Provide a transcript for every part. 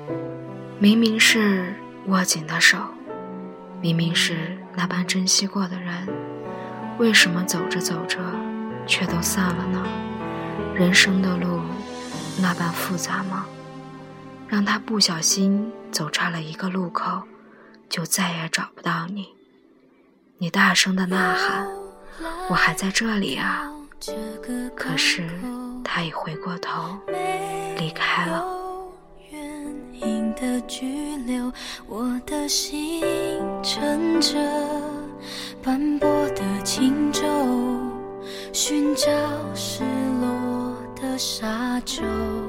明明是握紧的手，明明是那般珍惜过的人，为什么走着走着却都散了呢？人生的路那般复杂吗？让他不小心走差了一个路口，就再也找不到你。你大声的呐喊，我还在这里啊，可是他已回过头离开了。 原因的拘留，我的心乘着斑驳的轻舟，寻找失落的沙洲，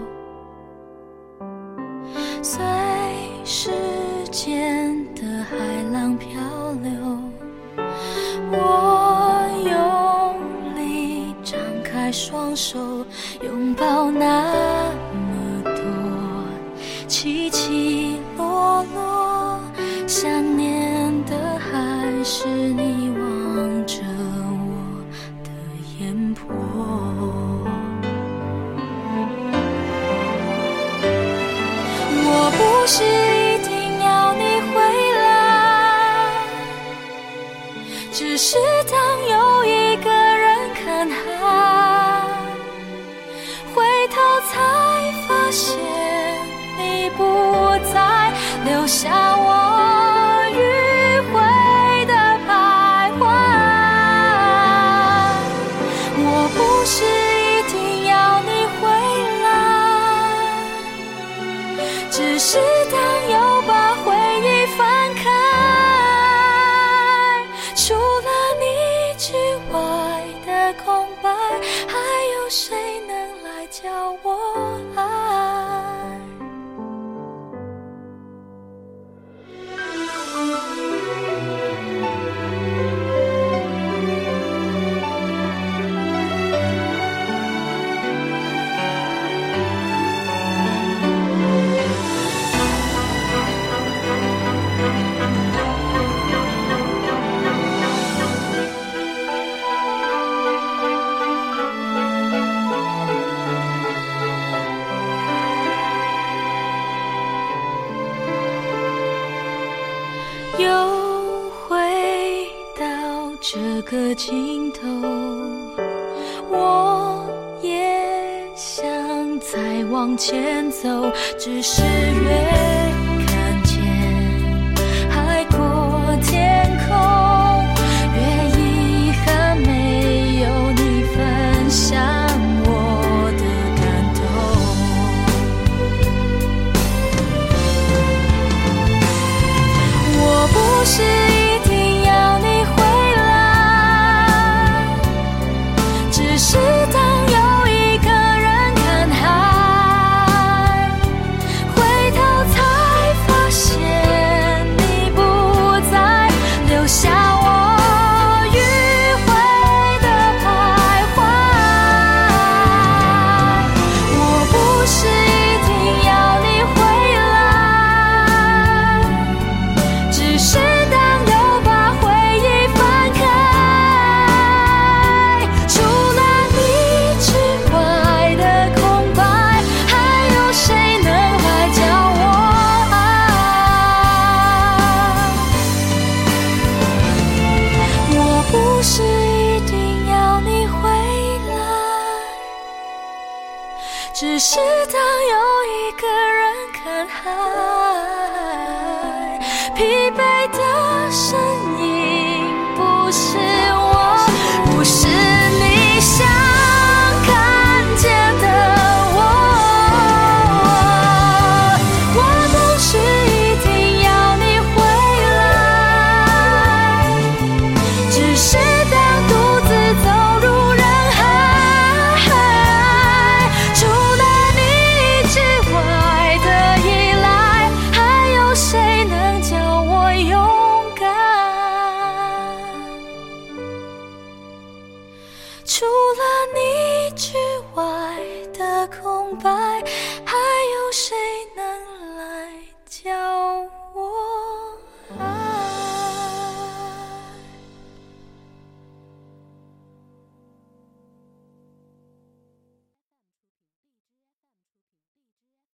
随时间的海浪漂流，我用力张开双手，拥抱那么多起起落落，想念的还是你望着我的眼波。我不是一定要你回来，只是当有一个人看海，回头才发现你不在，留下我迂回的徘徊。我不是一定要你回来，只是当又把回忆翻开，除了你之外的空白，还有谁能来教我爱？又回到这个尽头，我也想再往前走，只是越看见海阔天空，越遗憾没有你分享我的感动。我不是一定要你回来，只是当有一个人看海，回头才发现你不在，留下我迂回的徘徊。我不是一定要你回来，只是当又把回忆翻开，除了你之外的空白，还有谁能来教我爱？我不是一定要你回来，只是当有一个人看海，疲惫的身影不是我，不是